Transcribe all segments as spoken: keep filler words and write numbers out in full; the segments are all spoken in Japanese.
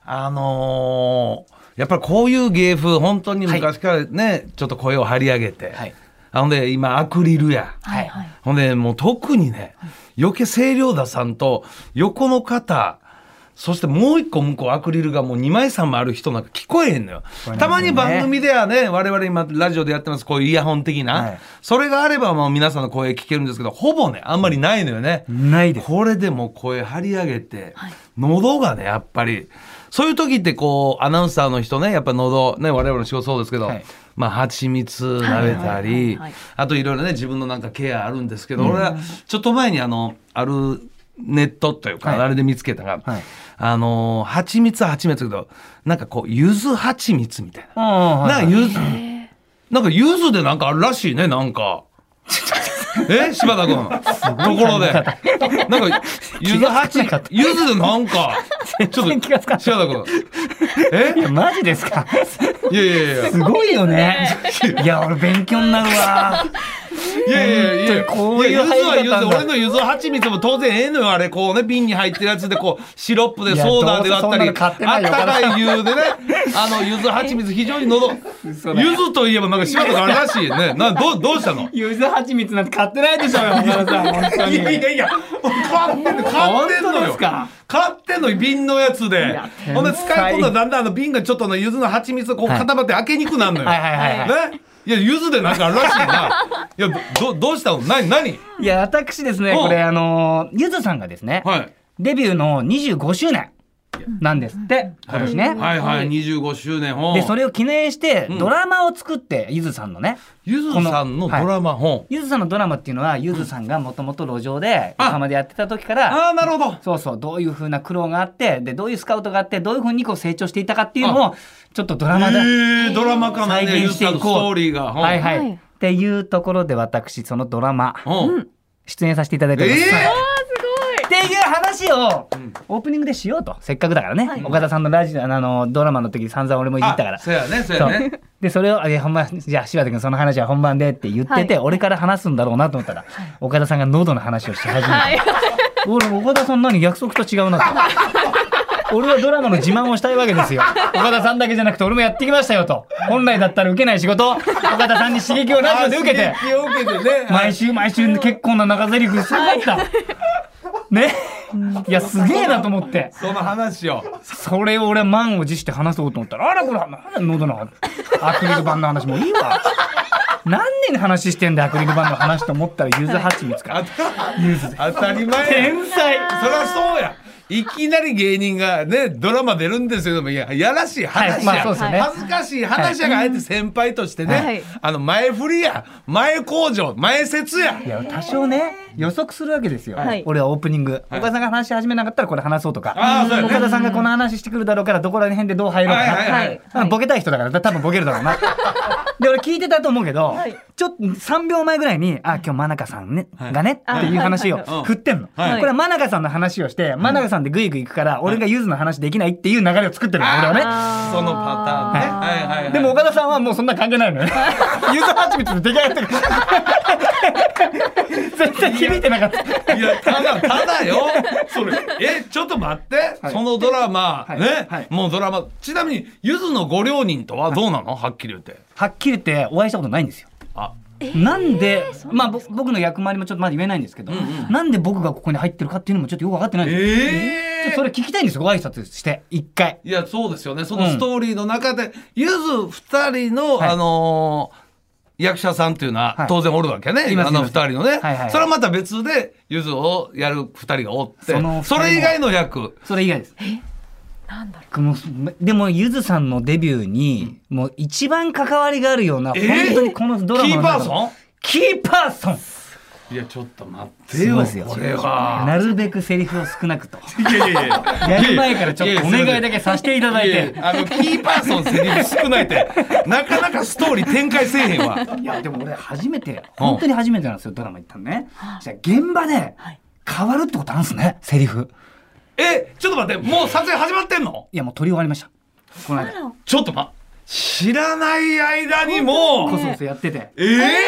あのー、やっぱりこういう芸風本当に昔からね、はい、ちょっと声を張り上げて、はい、ほんで今アクリルや、はい、ほんでもう特にね、余計清涼田さんと横の方、そしてもう一個向こうアクリルがもうにまいさんまいある人なんか聞こえへんのよ。ね、たまに番組ではね、我々今ラジオでやってます、こういうイヤホン的な、はい、それがあればもう皆さんの声聞けるんですけど、ほぼねあんまりないのよね。 ないです。 これでも声張り上げて、はい、喉がねやっぱりそういう時ってこうアナウンサーの人ね、やっぱ喉ね、我々の仕事そうですけど、はい、まあ蜂蜜舐めたり、あといろいろね自分のなんかケアあるんですけど、うん、俺はちょっと前にあのあるネットというか、はい、あれで見つけたが、はい、あのー、蜂蜜は蜂蜜だけどなんかこう柚子蜂蜜みたいな、はい、なんか柚子なんか柚子でなんかあるらしいね、なんかえ柴田君ところでなんか柚子蜂柚子でなんかちょっと柴田君えいやマジですかいやいやいやすごいよねいや俺勉強になるわいやいやいや、こういう柚子は柚子、俺の柚子蜂蜜も当然ええのよ、あれこうね瓶に入ってるやつでこうシロップでソーダで割ったり、あったかい湯でね、あの柚子蜂蜜非常に喉、柚子といえばなんか柴田があるらしいね。などどうしたの？ 柚子蜂蜜なんて買ってないでしょうよ、皆さん本当に。 いやいやいや、買ってんの買ってんのよ。買ってんの瓶のやつで、ほんで使い込んだらだんだんあの瓶がちょっとの柚子の蜂蜜がこう固まって開けにくくなるのよ。はいはいはいはい。ね。いや柚子でなんかあるらしいな。いやどどうしたの？何何？いや私ですね、これあの柚子さんがですね、はい、デビューのにじゅうごしゅうねんなんですって今年ね。 はいはい、にじゅうごしゅうねん。 でそれを記念してドラマを作って、ゆずさんのね、 ゆずさんのドラマ、 ゆずさんのドラマっていうのはゆずさんがもともと路上で横浜でやってた時から、 ああなるほど、 そうそうどういう風な苦労があって、でどういうスカウトがあって、どういう風にこう成長していたかっていうのをちょっとドラマでドラマ化のね、ゆずさんのストーリーが、 はいはい、っていうところで私そのドラマ出演させていただいております。っていう話をオープニングでしようと、せっかくだからね、はい、岡田さんのラジオあのドラマの時散々俺も言ったから、 そうやねそうやね。 でそれをえほんまじゃあ柴田君その話は本番でって言ってて、はい、俺から話すんだろうなと思ったら、はい、岡田さんが喉の話をし始めた、はい、俺岡田さん何約束と違うなと俺はドラマの自慢をしたいわけですよ。岡田さんだけじゃなくて俺もやってきましたよと。本来だったら受けない仕事、岡田さんに刺激をラジオで受けて、 刺激を受けてね、 毎週毎週結構な長台詞すごかった、はい、ね、いやすげえなと思って、 その話をそれを俺は満を持して話そうと思ったら、あらこれなんだ喉のアクリル板の話もういいわ何年話してんだアクリル板の話と思ったらゆず蜂蜜かゆずで当たり前、 天才、 そりゃそうや。いきなり芸人がねドラマ出るんですよ。いややらしい話や、はい、まあね、恥ずかしい話やがあえて先輩としてね、はい、あの前振りや前工場前説や、 いや多少ね予測するわけですよ、はい、俺はオープニング、はい、岡田さんが話し始めなかったらこれ話そうとか、あ、そうやね、岡田さんがこの話してくるだろうからどこら辺でどう入ろうかな、はいはいはい、ボケたい人だから多分ボケるだろうなで俺聞いてたと思うけど、はい、ちょっとさんびょうまえぐらいにあ今日真中さん、ねはい、がねっていう話を振ってんの、はいはい、これは真中さんの話をして、はい、真中さんでグイグイ行くから、はい、俺がゆずの話できないっていう流れを作ってるの、はい、俺はねそのパターンね、はいはいはいはい、 でも岡田さんはもうそんな関係ないのよゆず蜂蜜で出来上がってる全然響いてなかった。 いやただただよそれえちょっと待って、はい、そのドラマ、はい、ね、はい、もうドラマ、ちなみにゆずのご両人とはどうなの、はい、はっきり言って。 はっきり言ってお会いしたことないんですよ。あ、なんで、えー、まあ僕の役回りもちょっとまだ言えないんですけど、うんうん、なんで僕がここに入ってるかっていうのもちょっとよく分かってないんですよ。えー、ちょっとそれ聞きたいんですよ、ご挨拶して一回。 いやそうですよね、そのストーリーの中で、うん、ゆずふたりの、はい、あのー役者さんっていうのは当然おるわけね、はい、あのふたりのね、はいはいはい、それはまた別でゆずをやるふたりがおって、 そ, それ以外の役、 それ以外です。えなんだろう、でもゆずさんのデビューにもう一番関わりがあるような、えー、本当にこのドラマのキーパーソンキーパーソンいやちょっと待ってよ、これはなるべくセリフを少なくといやいやいややる前からちょっとお願いだけさせていただいて、いやいやあのキーパーソンセリフ少ないってなかなかストーリー展開せえへんわ。 いやでも俺初めて本当に初めてなんですよ、ドラマ行ったのね。じゃあ現場で変わるってことあるんですね、セリフ。 えちょっと待って、もう撮影始まってんの？ いやもう撮り終わりました、この間。 ちょっと待、知らない間にもうこそこそやってて、 えー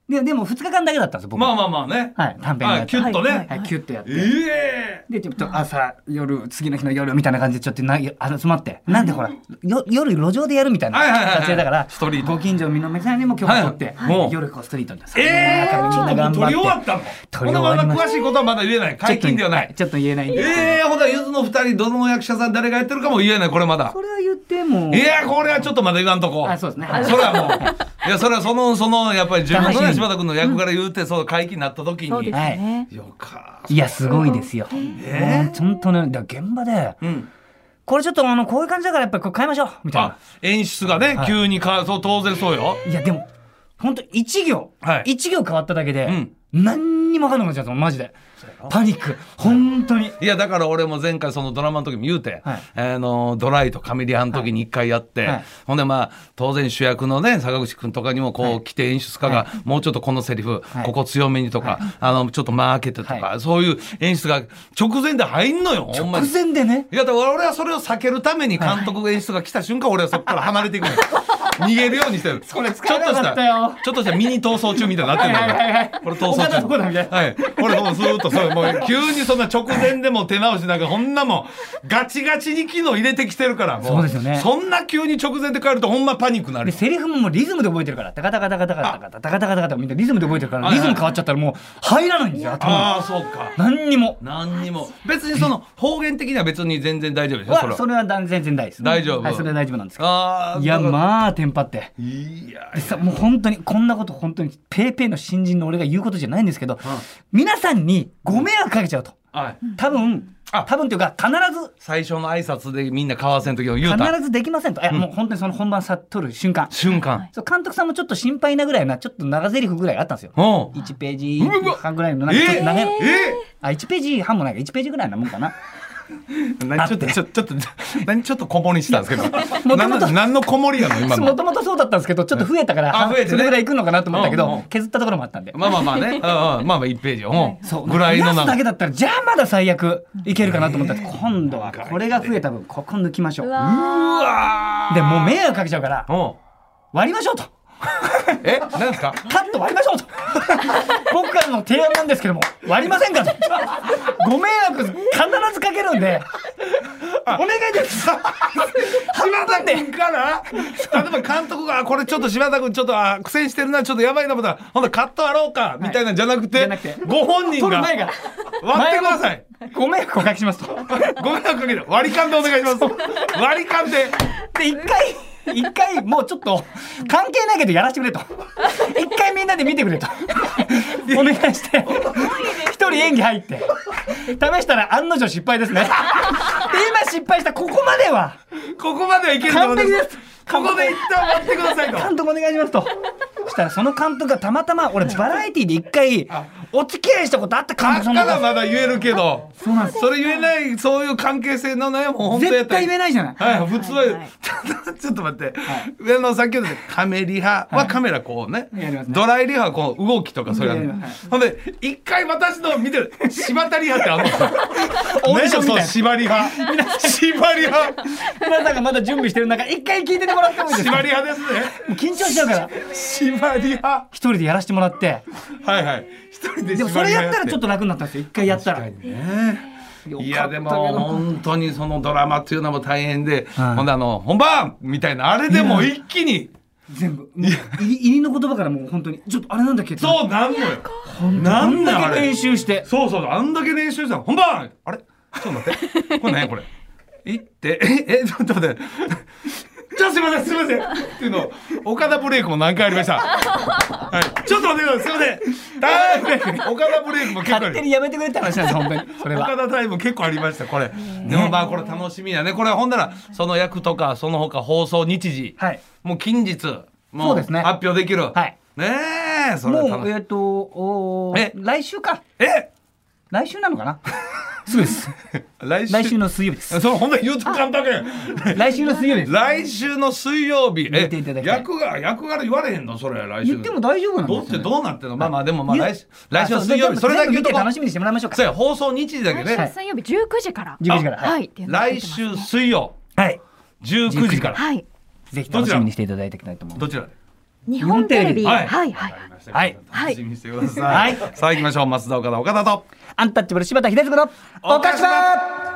ででもふつかかんだけだったんですよ僕。 まあまあまあね、 はい、短編がキュッとね、 はい、キュッとやって、 えでちょっと朝夜次の日の夜みたいな感じでちょっとな集まって、なんでほらよ夜路上でやるみたいな撮影だから、 ストリートご近所のみんな目線にも許可取って、 はいはい、 夜こうストリートにえー、ちょっともう撮り終わったの。 撮り終わりました。 詳しいことはまだ言えない、解禁ではない、 ちょっと言えないんで。 えー、ほんとゆずのふたりどの役者さん誰がやってるかも言えない、これまだ。 それは言っても、 いやこれはちょっとまだ言わんとこ。 あ、そうですね。 それはもういやそれはそのそのやっぱり自分のね柴田君の役から言うて、そう解禁になった時に、 そうですね、 よかいやすごいですよ。 えー、 本当ね、だから現場で、うん、これちょっとあのこういう感じだからやっぱりこれ変えましょうみたいな。 演出がね、はい、急にかそう当然そうよ。 いやでも本当一行、はい、一行変わっただけで、うん、何にも分かんなくなっちゃったマジで。パニック本当に。 いやだから俺も前回そのドラマの時も言うて、はい、あのドライとカメリハンの時に一回やって、はい、ほんでまあ当然主役のね坂口君とかにもこう、はい、来て演出家が、はい、もうちょっとこのセリフ、はい、ここ強めにとか、はい、あのちょっと間開けてとか、はい、そういう演出が直前で入んのよ。 直前でね。 いやだから俺はそれを避けるために監督演出が来た瞬間、はい、俺はそこから離れていくのよ逃げるようにしてる。 それ使えなかったよ。 ちょっとしたミニ逃走中みたいになってるのよ、はいはいはい、これ逃走中。はい、俺もうずーっとそうもう急にそんな直前でも手直しなんかこんなもんガチガチに機能入れてきてるからもう。 そうですよね。 そんな急に直前で変えるとほんまパニックになる。 でセリフももうリズムで覚えてるからタカタカタカタカタカタカタカタカタみんなリズムで覚えてるから、リズム変わっちゃったらもう入らないんですよ頭。 ああそうか。 何にも何にも別にその方言的には別に全然大丈夫でしょ。それはそれは全然大丈夫です。 大丈夫、 はい、それは大丈夫なんですけど。あいやまあテンパっていやでさもう本当にこんなこと本当にペーペーの新人の俺が言うことじゃないんですけど、うん、皆さんにご迷惑かけちゃうと、はい、多分多分というか必ず最初の挨拶でみんいな交わせん時を言うた必ずできませんと、いや、うん、もう本当にその本番さ取る瞬間瞬間、 はい、そう監督さんもちょっと心配なぐらいなちょっと長台詞ぐらいあったんですよ。いちページ半ぐらいのなんかちょっと長い、えーえー、あいちページ半もないかいちページぐらいなもんかな何ちょっとちょちょっと何ちょっと小盛りしたんですけど何の小盛りやの今の。 もともとそうだったんですけどちょっと増えたから、ね、それぐらいいくのかなと思ったけど、うんうん、削ったところもあったんでまあまあまあねまあまあいちページをそうぐらいのなだけだったらじゃあまだ最悪いけるかなと思ったら、えー、今度はこれが増えた分ここ抜きましょう。うわでもう迷惑かけちゃうから割りましょうとえ、なんですか？ カット割りましょうと僕からの提案なんですけども割りませんかとご迷惑必ずかけるんでお願いです柴田君から例えば監督がこれちょっと柴田君ちょっとあ苦戦してるなちょっとやばいな思ったらほんとカット割ろうかみたいなんじゃなくて、はい、ご本人が割ってください。 ご迷惑おかけしますとご迷惑かける割り勘でお願いします割り勘でで一回一回もうちょっと関係ないけどやらせてくれと一回みんなで見てくれとお願いして一人演技入って試したら案の定失敗ですねで今失敗したここまではここまではいけると思います。完璧です。ここで一旦待ってくださいと監督お願いしますとそしたらその監督がたまたま俺バラエティで一回お付き合いしたことあった監督さんだからまだ言えるけどそうなんです。それ言えないそういう関係性の悩みも本当やったら絶対言えないじゃない、 はい、普通は、はいはい、ちょっと待って、はい、上の先ほどでカメリハはカメラこうね、はい、ドライリハはこう動きとかそれやる、はい、ほんで一回私の見てる柴田リハってあるのオーディションみたいな柴リハ柴リハ皆さんがまだ準備してる中一回聞いててもらってもいいですか。 柴リハですね。 緊張しちゃうから柴リハ一人でやらせてもらってはいはい一人ででもそれやったらちょっと楽になったんですよ一回やったら。確かにね。 いやでも本当にそのドラマっていうのも大変で、はい、ほんであの本番みたいなあれでも一気に全部入りの言葉からもう本当にちょっとあれなんだっけそうなんのよなんだけ練習してそうそうあんだけ練習した本番あれちょっと待ってこれ何これ行ってええちょっと待ってちょっとすいませんすいませんっていうの岡田ブレイクも何回ありました、はい、ちょっと待ってくださいすいません岡田ブレイクも結構勝手にやめてくれって話なんです本当にそれは岡田タイム結構ありましたこれでもまあこれ楽しみやねこれほんならその役とかその他放送日時、はい、もう近日もう発表できる、はい、ねえそれもうえっ、ー、とおえ来週かえ来週なのかなそうです来週、 来週の水曜日です。 そう本当に言うと簡単け来週の水曜日です。 来週の水曜日え役が役柄言われへんのそれ来週言っても大丈夫なんですよ、ね、 どうってどうなってんのまあまあでもまあ来週来週の水曜日それだけ言うと楽しみにしてもらいましょうか。 そうや放送日時だけね来週水曜日じゅうくじからじゅうくじからはい、 来週水曜はいじゅうくじからはいぜひ楽しみにしていただいていきたいと思います。 どちらで日本テレビ。はいはいはい。 楽しみにしてください。さあ行きましょう。増田岡田岡田とアンタッチャブル柴田秀嗣のおかしば。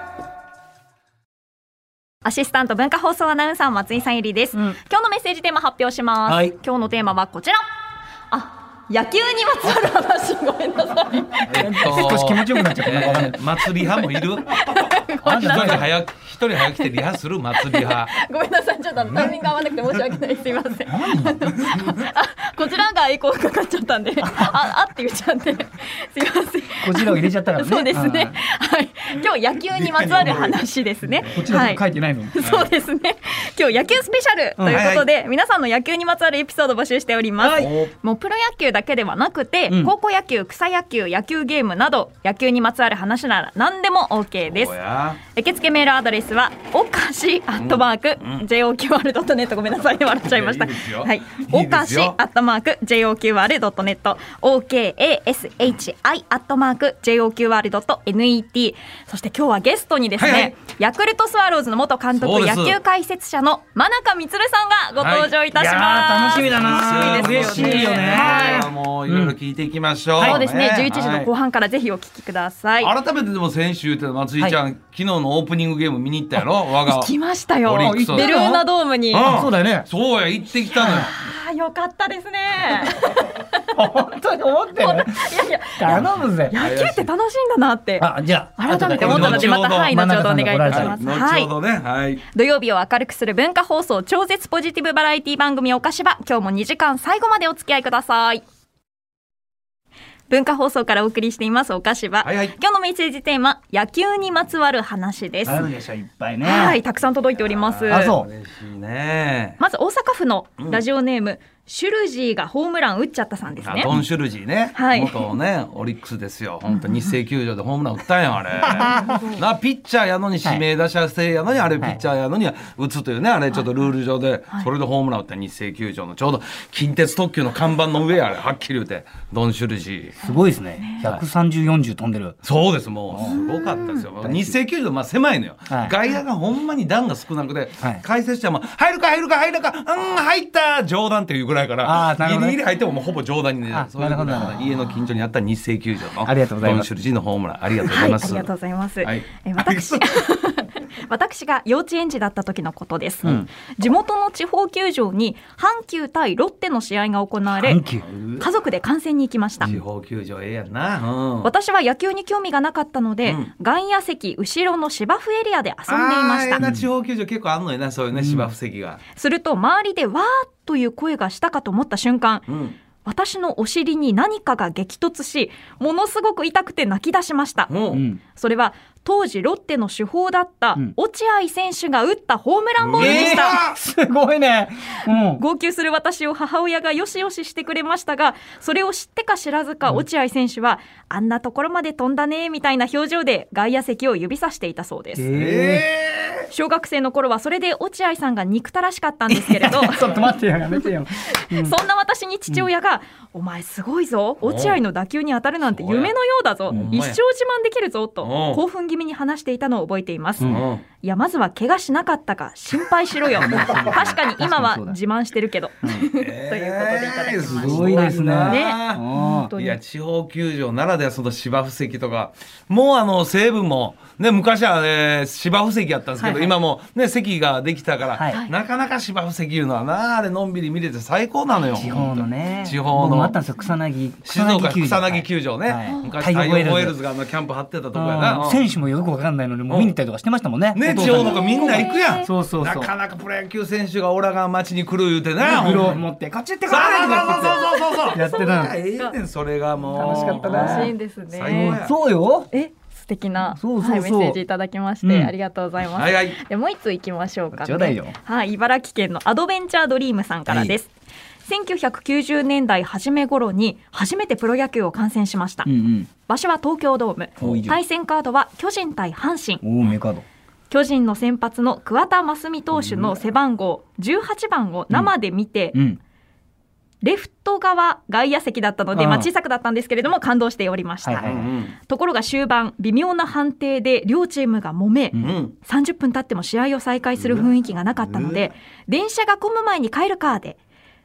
アシスタント文化放送アナウンサー松井さんゆりです、うん、今日のメッセージテーマ発表します、はい、今日のテーマはこちら。あ、野球にまつわる話。ごめんなさい、 えっと、少し気持ちよくなっちゃった、えー、祭り派もいる。一人早く一人早く来てリハする祭り派。 ごめんなさい、ちょっとタイミング合わなくて申し訳ない、すいません。あ、こちらがエコーかかっちゃったんで、ああって言っちゃって、すいません。 こちらを入れちゃったからね。 そうですね。はい。今日野球にまつわる話ですね。 こちら書いてないの。 そうですね。今日野球スペシャルということで、皆さんの野球にまつわるエピソード募集しております。もうプロ野球だけではなくて、高校野球、草野球、野球ゲームなど野球にまつわる話なら何でも OK です。受付メールアドレスはおかしアットマーク ジェイオーキューアールドットネット。ごめんなさいね、笑っちゃいました。はい。おかしアットマーク ジェイオーキューアールドットネット オーケーエーエスエイチアイ アットマーク ジェイオーキューアールドットネット。そして今日はゲストにですね、はいはい、ヤクルトスワローズの元監督、野球解説者の真中満さんがご登場いたします。 はい、楽しみだな。嬉しいよね。 はい、もういろいろ聞いていきましょう。 うん、そうですね。じゅういちじの後半からぜひお聞きください。 はい、改めてでも先週言ってた松井ちゃん、はい、昨日のオープニングゲーム見に行ったやろ。我が行きましたよ。ベルーナドームに。 うん、 そうだよね。 そうや、行ってきたのよ。 あ、よかったですね。 本当に思ってる。いやいや、頼むぜ。 野球って楽しいんだなって。 あ、じゃあ改めて思ったので、またはい、後ほどお願いいたします。 後ほどね。はい。 土曜日を明るくする文化放送超絶ポジティブバラエティ番組おかしば。今日もにじかん最後までお付き合いください。文化放送からお送りしていますおかしば、はいはい、今日のメッセージテーマ、野球にまつわる話です。 あるでしょ、いっぱいね。 はい、たくさん届いております。 あ、そう。 嬉しいね。 まず大阪府のラジオネーム、うん、シュルジーがホームラン打っちゃったさんですね。 ドンシュルジーね、はい、元ねオリックスですよ。本当日清球場でホームラン打ったんやあれ。なピッチャーやのに指名打者制やのに、はい、あれピッチャーやのに打つというね、あれちょっとルール上で、はい、それでホームラン打った日清球場のちょうど近鉄特急の看板の上やあれはっきり言うてドンシュルジーすごいですね。ひゃくさんじゅう、よんじゅう飛んでる。 そうです、もうすごかったですよ。日清球場まあ狭いのよ、はい、外野がほんまに段が少なくて、はい、解説者も入るか入るか入るかうん入った冗談っていうぐらいから、あギリギリ入ってももうほぼ冗談にね。そういう家の近所にあった日清球場のありがとうございます。 ドンシュルジーのホームランありがとうございます。 はい、ありがとうございます。はい、え私私が幼稚園児だった時のことです、うん、地元の地方球場に阪急対ロッテの試合が行われ、家族で観戦に行きました。 地方球場ええやんな、うん、私は野球に興味がなかったので、うん、外野席後ろの芝生エリアで遊んでいました。 あー、ええな、地方球場結構あんのよな、そういうね、うん、芝生席が。 すると周りでわーっという声がしたかと思った瞬間、うん、私のお尻に何かが激突し、ものすごく痛くて泣き出しました、うん、それは当時ロッテの主砲だった落合選手が打ったホームランボールでした、 えー、すごいね、 うん、号泣する私を母親がよしよししてくれましたが、それを知ってか知らずか落合選手は、うん、あんなところまで飛んだねみたいな表情で外野席を指さしていたそうです、えー、小学生の頃はそれで落合さんが憎たらしかったんですけれどちょっと待ってよ、やめてよ、 うん、そんな私に父親が、うん、お前すごいぞ、落合の打球に当たるなんて夢のようだぞ、一生自慢できるぞと興奮気味に話していたのを覚えています、うん、いやまずは怪我しなかったか心配しろよ確かに今は自慢してるけど、うん、ということでいただきました。 すごいですね。 ね、いや地方球場ならではその芝生席とか、もうあの西武もね、昔は、ね、芝生席やったんですけど、はいはい、今もね席ができたから、はい、なかなか芝生席いうのはな、あれのんびり見れて最高なのよ。 地方のね、 地方のあったんですよ、草薙静岡草薙球場ね、はい、昔太陽ホエールズがあのキャンプ張ってたとこやな。 選手もよくわかんないのにもう見に行ったりとかしてましたもんね。 ね、地方の子みんな行くやん。 そうそうそう、 なかなかプロ野球選手がオラが町に来る言うてな、 グローブ持ってこっち行ってこいとかそうそうそうそうやってた。 ええねん、それがもう楽しかったな。 楽しいんですね。 そうよ。 え素敵なそうそうそう、はい、 メッセージいただきまして、うん、ありがとうございます、はいはい、でもう一ついきましょうか、ね、はい、茨城県のアドベンチャードリームさんからです、はい、せんきゅうひゃくきゅうじゅうねんだい初め頃に初めてプロ野球を観戦しました、うんうん、場所は東京ドーム、対戦カードは巨人対阪神。 おー、メカード。 巨人の先発の桑田真澄投手の背番号じゅうはちばんを生で見て、うんうん、レフト側外野席だったので、まあ、小さくだったんですけれども感動しておりました、はいはいはい、ところが終盤微妙な判定で両チームが揉め、うん、さんじゅっぷん経っても試合を再開する雰囲気がなかったので、うん、電車が混む前に帰るかで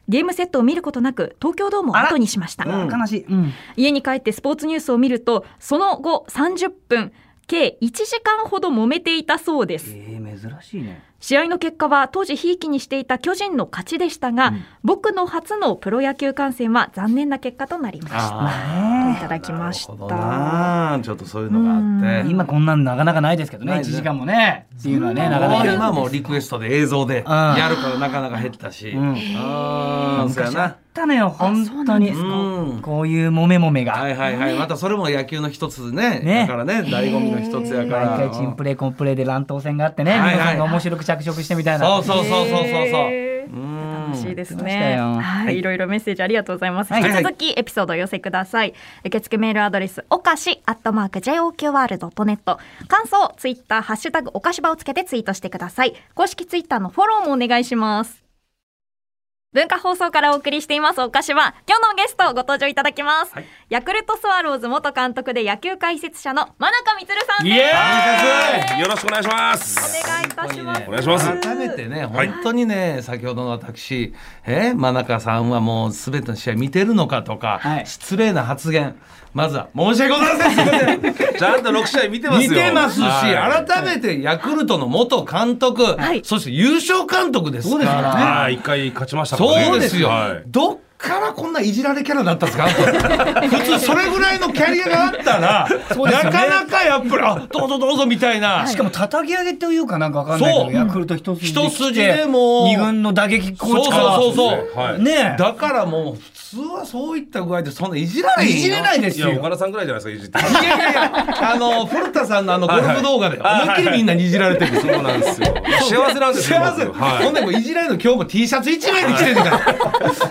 ゲームセットを見ることなく東京ドームを後にしました。 悲しい、うん、 家に帰ってスポーツニュースを見るとその後さんじゅっぷん計いちじかんほど揉めていたそうです。 えー、珍しいね。 試合の結果は当時ひいきにしていた巨人の勝ちでしたが、うん、僕の初のプロ野球観戦は残念な結果となりました。といただきました。 ちょっとそういうのがあって、 今こんなんなかなかないですけどね、いちじかんもねっていうのはね、なかなか今もリクエストで映像でやるからなかなか減ったし、うん、ああそうやな。 あったのよ本当に、うん、こういうもめもめが、 はいはいはい、またそれも野球の一つね、ねだからね醍醐味の一つやから、 毎回チンプレーコンプレーで乱闘戦があってね、はいはいはい、皆さんが面白く着色してみたいな、 そうそうそうそうそうそう、 楽しいですね。はい、いろいろメッセージありがとうございます。はい、引き続きエピソードを寄せください。受付メールアドレスおかしアットマーク ジェイオーキューアールドットネット、 感想ツイッターハッシュタグおかしばをつけてツイートしてください。公式ツイッターのフォローもお願いします。文化放送からお送りしていますおかしは、今日のゲストご登場いただきます、はい、ヤクルトスワローズ元監督で野球解説者の真中満さんです。イエーイ、よろしくお願いします。 お願いいたします。 お願いします。 改めてね、本当にね、はい、先ほどの私、え真中さんはもうすべての試合見てるのかとか、はい、失礼な発言、まずは申し訳ございません。 ちゃんとろく試合見てますよ。 見てますし、はい、改めてヤクルトの元監督、はい、そして優勝監督ですから、 はい、一回勝ちましたからね。 そうですよ、はい、どっからこんないじられキャラだったんですか。普通それぐらいのキャリアがあったら、ね、なかなかやっぱりあどうぞどうぞみたいな、 しかも叩き上げというかなんかわかんないけど、ヤクルト一筋で一筋でもに軍の打撃コーチから、 そうそうそうそう、はい、ね、だからもう普通はそういった具合でそんないじられいじれないですよ。 いや岡田さんぐらいじゃないですかいじって。 いやいやいや、あの古田さんのあのゴルフ動画で思いっきりみんないじられてる。 そうなんですよ。幸せなんですよ。 幸せ。ほんでもいじられるの今日も T シャツ一枚で着てるから。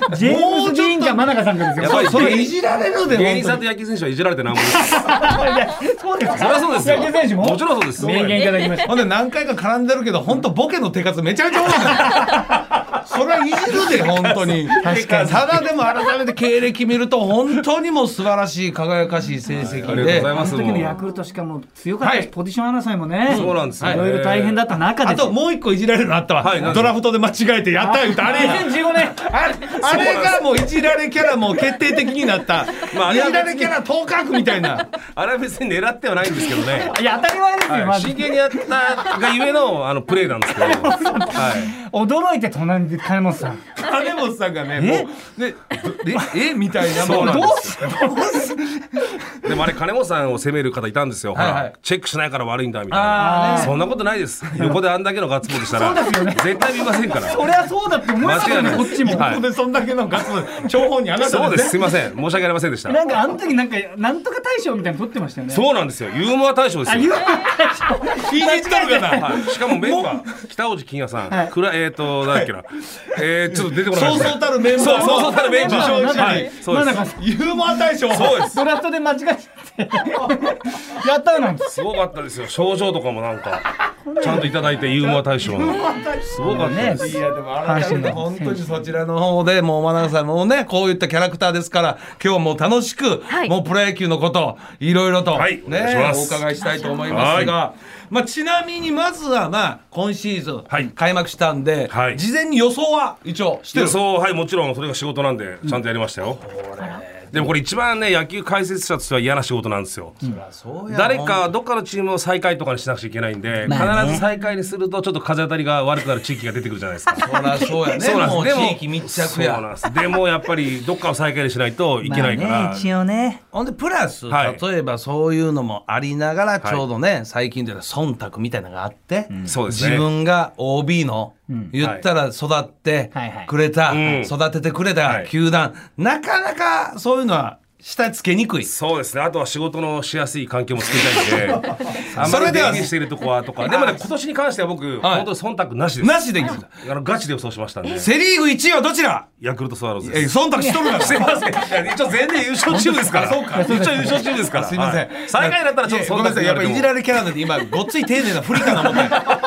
ジェームズ・ディーンか真中さんですよ。 やっぱりそれいじられるで。 芸人さんと野球選手はいじられてなんぼです。 そうです。 そりゃそうですよ。 野球選手ももちろんそうです。 名言いただきました。 ほんで何回か絡んでるけど本当ボケの手数めちゃめちゃ多いから。それはいじるで本当に。確かに。ただでも改めて経歴見ると本当にもう素晴らしい輝かしい成績で。ありがとうございます。 あの時のヤクルトしかも強かったし、ポジション争いもね。 そうなんですよ。 いろいろ大変だった中で。 あともう一個いじられるのあったわ。ドラフトで間違えてやった言うたあれ。 にせんじゅうごねん。 あれがもういじられキャラも決定的になった。まあいじられキャラ頭角みたいな。 あれは別に狙ってはないんですけどね。 いや当たり前ですよ。 真剣にやったがゆえのあのプレーなんですけど。 驚いて隣で金本さん。 金本さんがね、もうねえみたいな。 そうなんですでもあれ金本さんを責める方いたんですよ、はいはい、チェックしないから悪いんだみたいな。そんなことないです。横であんだけのガッツポーズしたら絶対見ませんから。 そりゃそうだって思いますよね。こっちも、 はい、ここでそんだけのガッツポーズ情報にあなたですね。 そうです、すいません、申し訳ありませんでした。 なんかあの時なんかなんとか大賞みたいなの取ってましたよね。 そうなんですよ、ユーモア大賞ですよ。 ユーモア大賞いいじっとるかな、はい、 しかもメンバー北大路欣也さん、はい、くらえーとなんだっけな、えー、ちょっと出てこなかった。 そうそうたるメンバー、 そうそうそうたるメンバー、 受賞者に、 はい、そうです。 ユーモア大賞、 そうです。 ドラフトで間違えてやったなんてすごかったですよ。賞状とかもなんかちゃんといただいてユーモア大賞のすごかったです。 いやでも改めて本当にそちらの方でもう真中さんもねこういったキャラクターですから今日も楽しく、はい、もうプロ野球のこといろいろと、はい、ねお伺いしたいと思いますが、まあ、ちなみにまずはまあ今シーズン、はい、開幕したんで、はい、事前に予想は一応してる。 予想はいもちろんそれが仕事なんでちゃんとやりましたよ、うん、でもこれ一番ね野球解説者としては嫌な仕事なんですよ、うん、誰かどっかのチームを最下位とかにしなくちゃいけないんで、まあね、必ず最下位にするとちょっと風当たりが悪くなる地域が出てくるじゃないですか。 そらそうやね。そうなんです。でも地域密着や。 そうなんです。でもやっぱりどっかを最下位にしないといけないから、 まあね、一応ね。 ほんでプラス、はい、例えばそういうのもありながらちょうどね、はい、最近では忖度みたいなのがあって、うん、そうですね、自分が オービー のうん、言ったら育ってくれた、はいはい、育ててくれた球団、うん、なかなかそういうのは下つけにくい。 そうですね。あとは仕事のしやすい環境も作りたいんであんまり電源しているとこはとかでもね今年に関しては僕、はい、本当に忖度なしです。 なしでいいです。 あのガチで予想しましたんで。 セリーグいちいはどちら？ ヤクルトスワローズです。 忖度しとるからすいません。一応全然優勝チームですからそうか一応優勝チームですからすいません、はい、 最下位だったらちょっとごめんなさい。やっぱりいじられキャラなんで今ごっつい丁寧なフリかな思って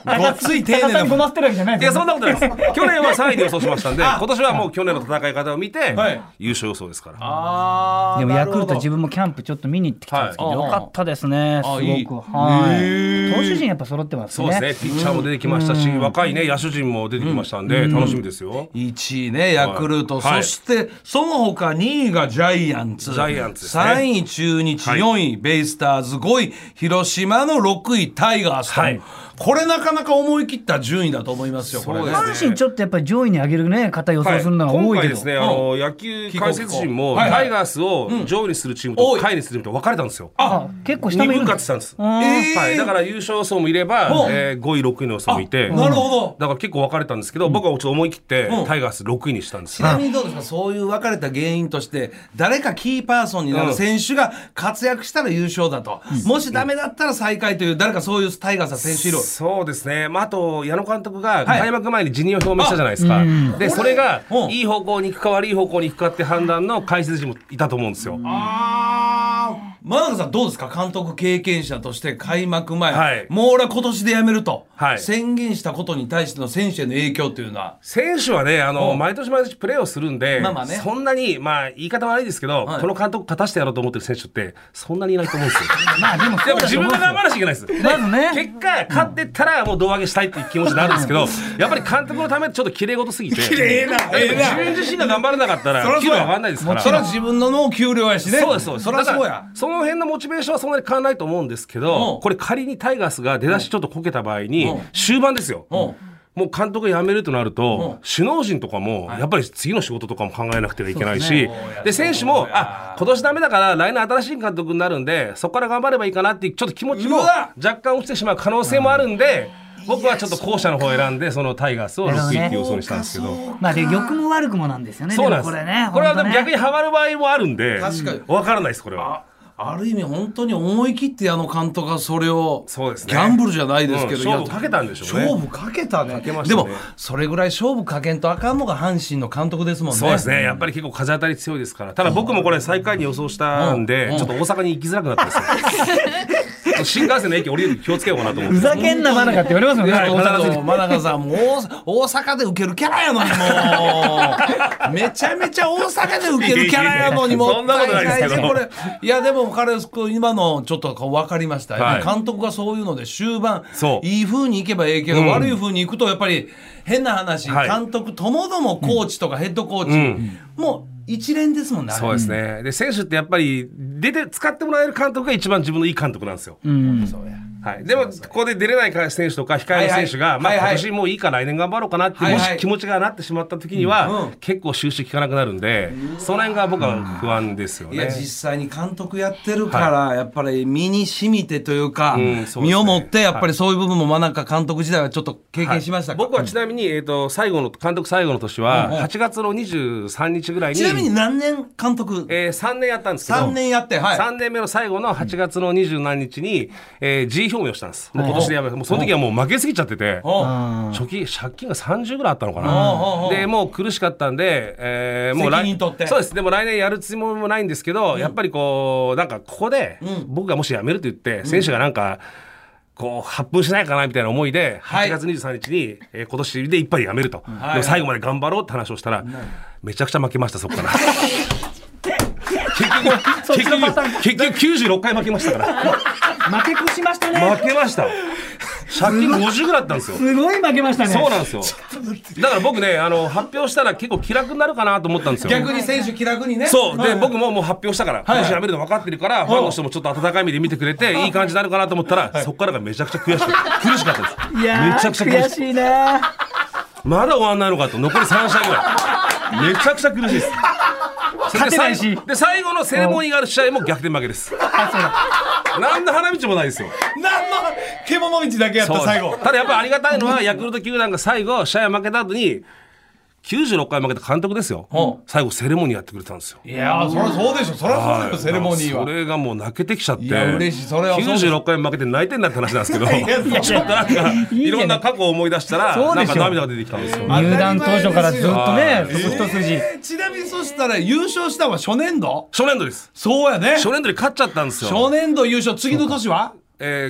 ごっつい丁寧なごまってるわけじゃないいやそんなことないです去年はさんいで予想しましたんで今年はもう去年の戦い方を見て、はい、優勝予想ですから。 あでもヤクルト自分もキャンプちょっと見に行ってきたんですけど、はい、よかったですねすごく。いいはい投手陣やっぱ揃ってますね。 そうですねピッチャーも出てきましたし、うん、若いね野手陣も出てきましたんで、うん、楽しみですよ。 いちいねヤクルト、はい、そしてその他にいがジャイアンツ、 ジャイアンツですね、 さんい中日、はい、よんいベイスターズ、ごい広島のろくいタイガースと、はい、これなかなか思い切った順位だと思いますよ。これね阪神ちょっとやっぱり上位に上げるね方予想するのが多いけど、はい、 今回ですね、あの野球解説陣もタイガースを上位にするチームと下位にするチームと分かれたんですよ。 あ結構下もいるにぶん割したんです、えーはい、だから優勝予想もいれば、えー、ごいろくいの予想もいて、 なるほどだから結構分かれたんですけど、うん、僕はちょっと思い切ってタイガースろくいにしたんです。 ちなみにどうですかそういう分かれた原因として誰かキーパーソンになる選手が活躍したら優勝だと、うん、もしダメだったら最下位という誰かそういうタイガースは選手いる。 そうですね、まあ、あと矢野監督が開幕前に辞任を表明したじゃないですか、はい、でそれがいい方向に行くか悪い方向に行くかって判断の解説陣もいたと思うんですよ。 あー真中さんどうですか監督経験者として開幕前、はい、もう俺は今年で辞めると、はい、宣言したことに対しての選手への影響というのは。 選手はねあの毎年毎年プレーをするんで、まあまあね、そんなに、まあ、言い方悪いですけど、はい、この監督勝たせてやろうと思ってる選手ってそんなにいないと思うんですよまあでもでも自分が頑張らなきゃいけないです。まずね結果勝ってったらもう胴上げしたいっていう気持ちになるんですけどやっぱり監督のためちょっと綺麗事すぎて綺麗な自分自身が頑張らなかったら給料上がらないですから。 それは自分のもう給料やしね。 そうですそうです。 それはそうや。 その辺のモチベーションはそんなに変わらないと思うんですけど、これ仮にタイガースが出だしちょっとこけた場合に終盤ですよ、もう監督が辞めるとなると首脳陣とかもやっぱり次の仕事とかも考えなくてはいけないし、で選手もあ今年ダメだから来年新しい監督になるんでそこから頑張ればいいかなっていうちょっと気持ちも若干落ちてしまう可能性もあるんで、僕はちょっと後者の方を選んでそのタイガースをろくいって予想にしたんですけど、 まあで良くも悪くもなんですよね。 そうなんです。 これねこれはでも逆にハマる場合もあるんで確かに分からないですこれは。 ある意味本当に思い切ってあの監督がそれをそうですねギャンブルじゃないですけど、 うん、勝負かけたんでしょうね。 勝負かけたね。 かけましたね。 でもそれぐらい勝負かけんとあかんのが阪神の監督ですもんね。 そうですねやっぱり結構風当たり強いですから。ただ僕もこれ最下位に予想したんで、うん、ちょっと大阪に行きづらくなったんですよ新幹線の駅降りる気をつけようかなと思って。 ふざけんな真中って言われますもんね。 真中さんもう大阪で受けるキャラやのにもうめちゃめちゃ大阪で受けるキャラやのにもそんなことないですけどこれいやでも彼今のちょっと分かりました、はい、監督がそういうので終盤いい風にいけばええけど、うん、悪い風にいくとやっぱり変な話、はい、監督ともどもコーチとかヘッドコーチ、うん、もう一連ですもんね。 そうですね。で選手ってやっぱり出て使ってもらえる監督が一番自分のいい監督なんですよ、うん、そうやはい、でもここで出れない選手とか控えの選手が、はいはいまあ、今年もういいから来年頑張ろうかなって、はいはい、もし気持ちがなってしまった時には、はいはい、結構収集効かなくなるんで、うん、その辺が僕は不安ですよね。 いや実際に監督やってるから、はい、やっぱり身に染みてというか、うん、そうですね、身をもってやっぱりそういう部分も真中監督時代はちょっと経験しましたか。 はい、僕はちなみに、えーと、最後の監督最後の年ははちがつのにじゅうさんにちぐらいに、 ちなみに何年監督、 えー、さんねんやったんですけどさんねんやって、はい、 さんねんめの最後のはちがつのにじゅうなんにちに、えー、辞意表明をしたんです。もう今年でやめもうその時はもう負けすぎちゃってて貯金借金がさんじゅうぐらいあったのかな。でもう苦しかったんで、えー、もう責任取ってそうです。でも来年やるつもりもないんですけど、うん、やっぱりこうなんかここで僕がもし辞めると言って、うん、選手がなんかこう発奮しないかなみたいな思いではちがつにじゅうさんにちに、えー、今年でいっぱい辞めると、はい、でも最後まで頑張ろうって話をしたら、はい、めちゃくちゃ負けましたそこから結局結局結局きゅうじゅうろっかい負けましたから負け越しましたね。 負けました。借金ごじゅうぐらいあったんですよ。 すごい負けましたね。 そうなんですよ。だから僕ねあの発表したら結構気楽になるかなと思ったんですよ。 逆に選手気楽にね。 そうで、はい、僕ももう発表したから、はい、今年辞めるの分かってるから、はい、ファンの人もちょっと温かい目で見てくれて、はい、いい感じになるかなと思ったら、はい、そこからがめちゃくちゃ悔しく苦しかったです。 いやめちゃくちゃ悔しいな。 まだ終わんないのかと。残りさん試合ぐらいめちゃくちゃ苦しいです。 勝てないしで最後のセレモニーがある試合も逆転負けです。何の花道もないですよ。 何の獣道だけやった最後。 ただやっぱりありがたいのはヤクルト球団が最後試合負けた後にきゅうじゅうろっかい負けた監督ですよ、うん、最後セレモニーやってくれたんですよ。 いやそりゃそうでしょ。そりゃそうだよ、セレモニーは。 それがもう泣けてきちゃって。 いや嬉しい。それはきゅうじゅうろっかい負けて泣いてんだって話なんですけどちょっとなんかいろんな過去を思い出したらなんか涙が出てきたんですよ。 入団当初からずっとね一筋、 えー、ちなみにそしたら優勝したのは初年度初年度です。 そうやね。 初年度に勝っちゃったんですよ。 初年度優勝。次の年は、 えー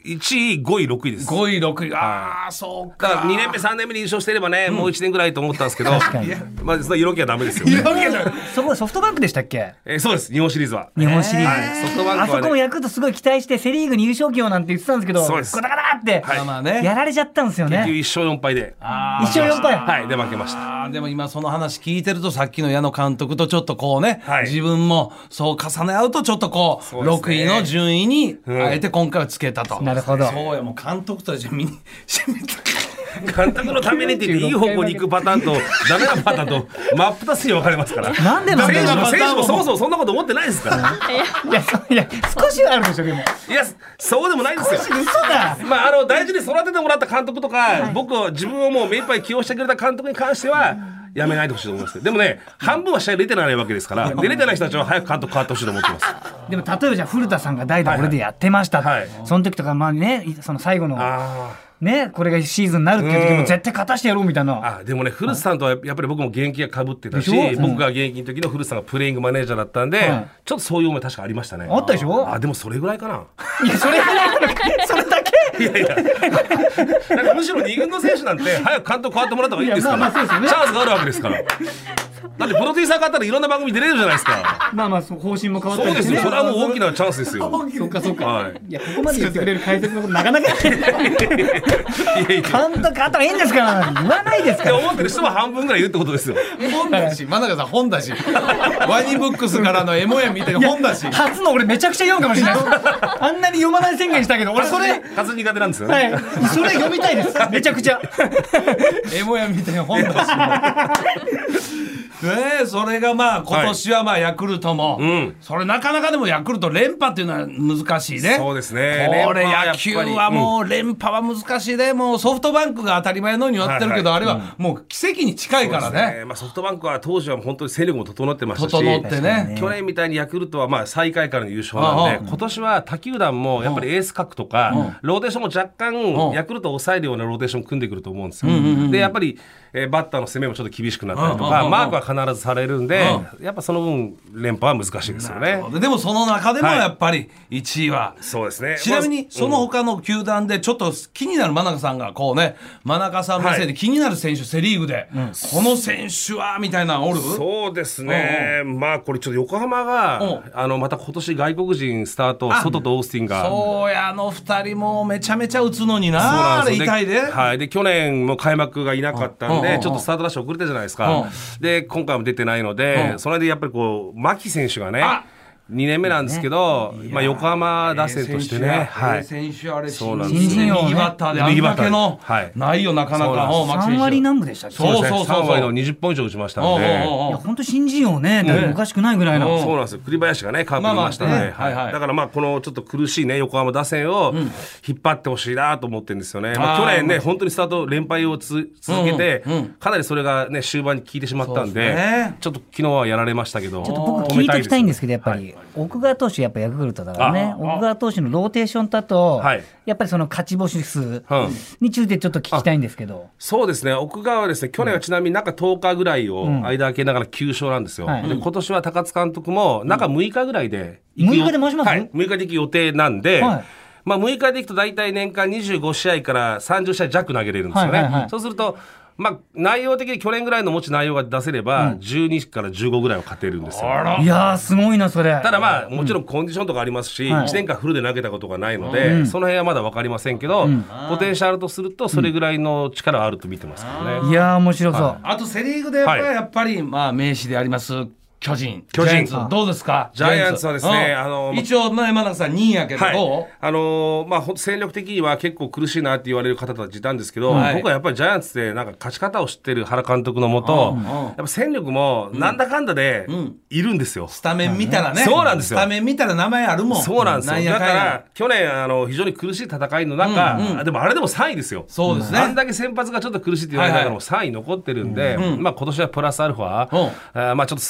いちいごいろくいです。 ごいろくい、ああそうか。 だからにねんめさんねんめに優勝してればね、もういちねんぐらいと思ったんですけど、まあその色気はダメですよね。 そこソフトバンクでしたっけ？ えー、そうです。日本シリーズは。 日本シリーズ、 はい、ソフトバンクは、ね、 あそこもヤクルトすごい期待してセリーグに優勝旗をなんて言ってたんですけど、 そうです。 ガタガタって、 はい、 やられちゃったんですよね。 結局いっしょうよんぱいで。 いっしょうよんぱい。 はい、で負けました。 あでも今その話聞いてると、さっきの矢野監督とちょっとこうね、はい、自分もそう重ね合うとちょっとこう、ね、ろくいの順位にあえて今回はつけたと、 うん、なるほど。 そうや、もう監督として見に監督のためにって言っていい方向に行くパターンとダメなパターンと真っ二つに分かれますから。 なんでなんだろう。 選手もそもそもそんなこと思ってないですから。 いやいや少しはあるでしょでも。 いやそうでもないですよ。 少し嘘だ。 まああの大事に育ててもらった監督とか、はい、僕は自分をもう目いっぱい起用してくれた監督に関してはやめないでほしいと思います。でもね、半分は試合出てないわけですから、出れてない人たちは早く監督変わってほしいと思ってます。 でも例えばじゃあ古田さんが代打俺でやってました、はいはい、その時とかまあね、その最後のね、これがシーズンになるっていう時も絶対勝たしてやろうみたいな。 あでもね、古田さんとはやっぱり僕も現役がかぶってたし、うん、僕が現役の時の古田さんがプレイングマネージャーだったんで、うん、ちょっとそういう思い確かありましたね。 あったでしょ。 あでもそれぐらいかな。 いやそれぐらいそれだけ。いやいやなんかむしろに軍の選手なんて早く監督変わってもらった方がいいんですから、まあまあそうですよね、チャンスがあるわけですから。だってプロデューサー変わったらいろんな番組出れるじゃないですか。 まあまあ方針も変わったり、 そうですよ。それはもう大きなチャンスですよ。 そうかそうか、はい、いやここまで言ってくれる解説のことなかなか監督変わったらいいんですから言わないですから思ってる人は半分ぐらい言うってことですよ。 本だし、真中さん本だしワニブックスからのエモヤみたいな本だし、 初の俺めちゃくちゃ読むかもしれないあんなに読まない宣言したけど俺それ初苦手なんですよね、 はい、それ読みたいですめちゃくちゃエモヤみたいな本だしね、それがまあ今年はまあヤクルトも、はいうん、それなかなかでもヤクルト連覇っていうのは難しいね。 そうですね。 これ野球はもう連覇は難しいね。もうソフトバンクが当たり前のようにやってるけど、はいはい、あれはもう奇跡に近いからね。 ね、まあ、ソフトバンクは当時は本当に戦力も整ってましたし、 整ってね、 去年みたいにヤクルトはまあ最下位からの優勝なんで、今年は他球団もやっぱりエース格とか、うん、ローテーションも若干ヤクルトを抑えるようなローテーション組んでくると思うんですよ。うんうんうん、でやっぱり、えー、バッターの攻めもちょっと厳しくなったりとか、うん、マークは必ずされるんで、うん、やっぱその分連覇は難しいですよね。 でもその中でもやっぱりいちいは、はい、 そうですね。 ちなみにその他の球団でちょっと気になる真中さんがこうね、真中さん目線で気になる選手、はい、セリーグで、うん、この選手はみたいなのおる？ そうですね、うんうん、まあこれちょっと横浜が、うん、あのまた今年外国人スタート、外とオースティンが、 そうや、あのふたりもめちゃめちゃ打つのにな、あれ痛いで、 はい、で去年も開幕がいなかったんで、うん、ちょっとスタートダッシュ遅れたじゃないですか、うん、で今回も出てないので、うん、それでやっぱりこう牧選手がねにねんめなんですけど、ね、まあ、横浜打線としてね、 はい、選手あれそうなんですね、 右バッターであんだけの、はい、ないよなかなか。 さんわりなんぶでしたっけ？ そうそうそう、さんわりのにじゅっぽん以上打ちましたんで、いや本当新人王ね、ね、おかしくないぐらいの、 そうなんですよ。栗林がねカープにいましたね、はいはい、だからまあこのちょっと苦しいね横浜打線を引っ張ってほしいなと思ってるんですよね、うん、まあ、去年ね本当にスタート連敗をつ続けて、うんうん、かなりそれがね終盤に効いてしまったんで、ね、ちょっと昨日はやられましたけど、 ちょっと僕聞いておきたいんですけど、やっぱり、はい、奥川投手やっぱヤクルトだからね、奥川投手のローテーションだと、はい、やっぱりその勝ち星数についてちょっと聞きたいんですけど、うん、 そうですね、奥川はですね、去年はちなみに中とおかぐらいを間空けながらきゅう勝なんですよ、うん、はい、で今年は高津監督も中むいかぐらいで行くよ、むいかで回します？ はい、むいかで行く予定なんで、はい、まあ、むいかで行くと大体年間にじゅうごしあいからさんじゅっしあい弱投げれるんですよね、はいはいはい、そうするとまあ、内容的に去年ぐらいの持ち内容が出せれば、うん、じゅうにからじゅうごぐらいは勝てるんですよ。 いやーすごいなそれ。 ただまあもちろんコンディションとかありますし、うん、いちねんかんフルで投げたことがないので、うん、その辺はまだ分かりませんけど、うん、ポテンシャルとするとそれぐらいの力はあると見てますからね。 いやー面白そう、はい、 あとセリーグでやっぱり、はい、やっぱりまあ名詞であります巨人、 巨人ジャイアンツどうですか？ ジャイアンツはですね、あの一応前真中さんにいやけど、はい、どう？ あのまあ戦力的には結構苦しいなって言われる方たちいたんですけど、はい、僕はやっぱりジャイアンツでなんか勝ち方を知ってる原監督のもと、やっぱ戦力もなんだかんだでいるんですよ、うんうん、 スタメン見たらね、 そうなんですよ、 スタメン見たら名前あるもん。 そうなんですよ、だから去年あの非常に苦しい戦いの中、うんうん、でもあれでもさんいですよ。 そうですね、 あんだけ先発がちょっと苦しいって言われながらもさんい残ってるんで、はいはい、まあ、今年はプラスアルファ、うん、あまあちょっと菅野も去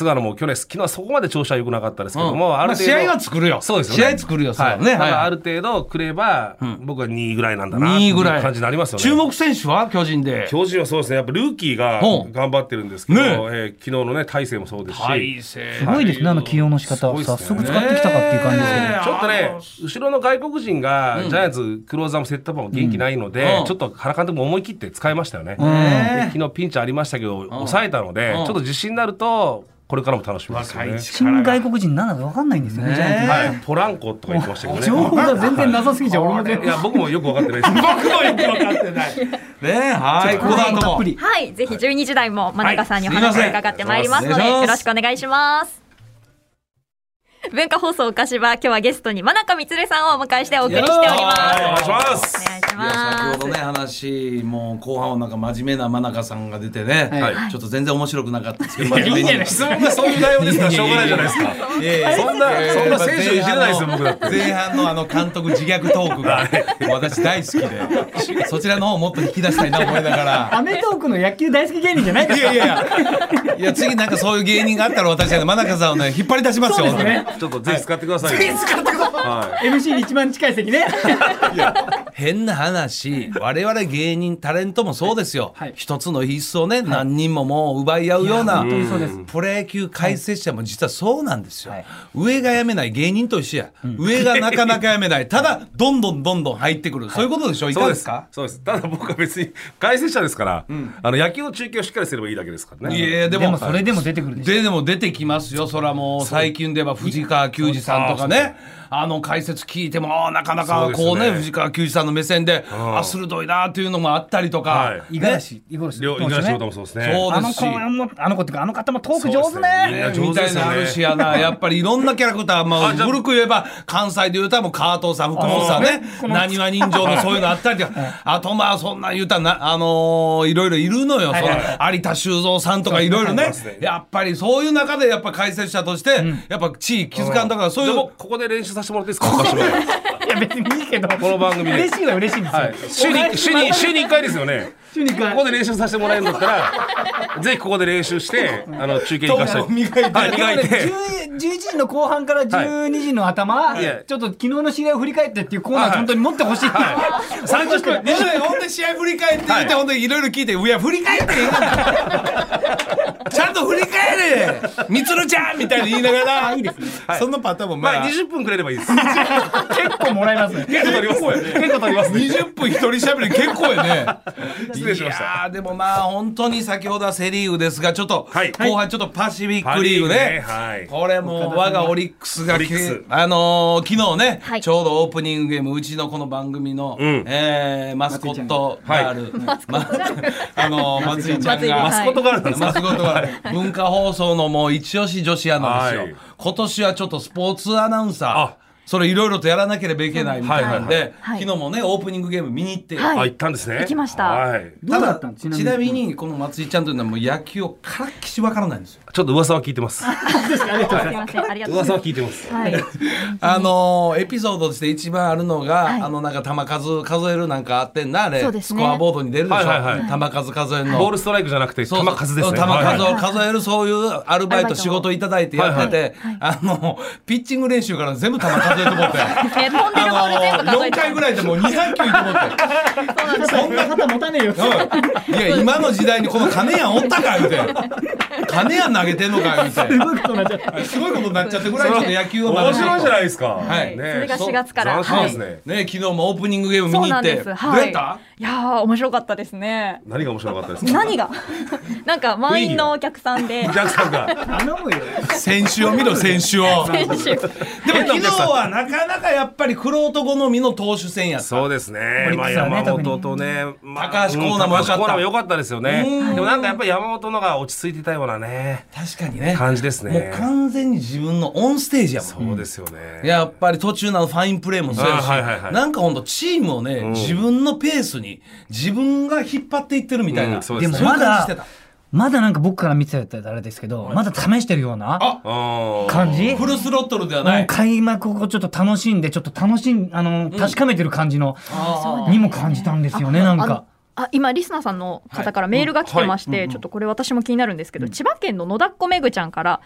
去年昨日はそこまで調子は良くなかったですけども、うん、ある程度、 まあ、試合は作るよ。 そうですよね。 試合作るよ。 そうね。 はい、 はい、ある程度くれば、うん、僕はにいぐらいなんだなにいぐらい感じになりますよね。 注目選手は巨人で。 巨人はそうですね。やっぱルーキーが頑張ってるんですけど、ねえー、昨日のね大勢もそうですし。 大勢すごいですね。あの起用の仕方、ね、早速使ってきたかっていう感じですけど、ね、 ちょっとね後ろの外国人が、うん、ジャイアンツクローザーもセットアップも元気ないので、うん、ちょっと原監督も思い切って使いましたよね。で昨日ピンチありましたけど、うん、抑えたので、うん、ちょっと自信になるとこれからも楽しみですよね。 新外国人なんだか分かんないんですよね。 はい、ポランコとか言ってましたけどね。 情報が全然なさすぎちゃう。俺もいや僕もよく分かってないです。僕もよく分かってない。ねはい。この後もはいぜひじゅうにじ台も真中さんにお話を伺ってまいりますのでよろしくお願いします。文化放送おかしば今日はゲストに真中満さんをお迎えしてお送りしております。お願いします。 お願いします。 先ほどね話もう後半はなんか真面目な真中さんが出てね、はい、ちょっと全然面白くなかったですけど、 いやいや質問がそういう内容ですからしょうがないじゃないですか。いやいやそんなそんな選手いじれないですよ僕だって。 前半のあの監督自虐トークが私大好きでそちらの方をもっと引き出したいな思いながら。 アメトークの野球大好き芸人じゃないですか。 いやいやいやいや次なんかそういう芸人があったら私は真中さんをね引っ張り出しますよ。 ちょっとぜひ使ってください。 ぜひ使ってください。エムシー に一番近い席ね。 いや変な話我々芸人タレントもそうですよ、はい、一つの必須をね、はい、何人ももう奪い合うようなプロ野球解説者も実はそうなんですよ、はい、上が辞めない芸人と一緒や、うん、上がなかなか辞めないただどんどんどんどん入ってくる、はい、そういうことでしょ。いかがですか。 そうです。ただ僕は別に解説者ですから、うん、あの野球の中継をしっかりすればいいだけですからね。 いやいやでも、 でもそれでも出てくるでしょ。 でも出てきますよ。そらもう最近では藤川球児さんとかねあの解説聞いてもなかなかこうね藤川球児さんの目線であ鋭いなっていうのもあったりとか、 五十嵐五十嵐もそうですね。 そうですしあの子あの子っていうかあの方もトーク上手ねみたいなあるしやなやっぱりいろんなキャラクターまあ古く言えば関西で言うたらもう川藤さん福本さんねなにわ人情のそういうのあったりとかあとまあそんな言うたらなあのいろいろいるのよ。その有田修造さんとかいろいろねやっぱりそういう中でやっぱ解説者としてやっぱ地位気づかんだからそういうここで練習させてもらっていいですか。 いや別にいいけどこの番組で嬉しいは嬉しいんですよ、はい、 週に週に週にいっかいですよね。 週にいっかいここで練習させてもらえるんだったらぜひここで練習してあの中継に行かせて磨いて、はい、磨いてじゅういちじの後半からじゅうにじの頭、はい、ちょっと昨日の試合を振り返ってっていうコーナー本当に持ってほしい。 さんじゅっぷんにじゅうほんで試合振り返って言って本当にいろいろ聞いていや振り返っていいかなちゃんと振り返れみつるちゃんみたいに言いながらいいです、ねはい、そのパターンもまあ、 まあ、にじゅっぷんくれればいいです。 結構もらえますね。 結構取りますね。結構取りますね。 にじゅっぷん一人喋り結構やね。 失礼しました。 いやでもまあ本当に先ほどはセリーグですがちょっと、はい、後半ちょっとパシフィックリーグね、はい、これもう我がオリックスがあのー、昨日ね、はい、ちょうどオープニングゲームうちのこの番組の、うんえー、マスコットガール、はいま、あのー、松井ちゃんがマスコットガールなんですか。 マスコットガール文化放送のもう一押し女子アナですよ、はい、今年はちょっとスポーツアナウンサーそれいろいろとやらなければいけないみたいなんで、はいはいはい、昨日もねオープニングゲーム見に行って、 はい、 あ行ったんですね。 行きました、 はい、 どうだったんちなみにこの松井ちゃんというのはもう野球をからっきしわからないんですよ。 ちょっと噂は聞いてます。 ありがとうございます。 噂は聞いてます、 はい、 あのエピソードとして一番あるのが、はい、あのなんか球数数えるなんかあってんなあれ、ね、スコアボードに出るでしょ、はいはいはい、球数数えるのボールストライクじゃなくて球数ですね。 球数を数えるそういうアルバイト仕事いただいてやってて、はいはいはい、あのピッチング練習から全部球数えてもってえ飛んでるボール全部数えてよんかいぐらいでもうにひゃく球いってもってそんな肩持たねえよ、 うん、いや今の時代にこの金谷おったか言うて金谷投げてんのか言うてすごいことになっちゃったすごいことになっちゃってぐらいの野球を面白いじゃないですか、 はいね、それがしがつからそうですね、 ね昨日もオープニングゲーム見に行って、はい、どうやった？ いやー面白かったですね。 何が面白かったですか？ 何がなんか満員のお客さんでお客さんが頼むよ選手を見ろ選手を選手でも昨日はなかなかやっぱり玄人好みの投手戦やった。 そうですね、まあ、山本とね、まあ、 高橋光成も良かった。 高橋光成も良かったですよね。でもなんかやっぱり山本のが落ち着いてたようなね確かにね感じですね。 もう完全に自分のオンステージやもん。 そうですよね、 うん、やっぱり途中のファインプレーもそうやし、はいはいはい、なんかほんとチームをね、うん、自分のペースに自分が引っ張っていってるみたいな、うん、 で, でもまだまだなんか僕から見てたらあれですけど、まだ試してるような感じ。 フルスロットルではない。 もう開幕をちょっと楽しんでちょっと楽しんあの、うん、確かめてる感じのにも感じたんですよね。なんかあ今リスナーさんの方からメールが来てまして、はいうんはい、ちょっとこれ私も気になるんですけど、うん、千葉県の野田っ子めぐちゃんから、うん、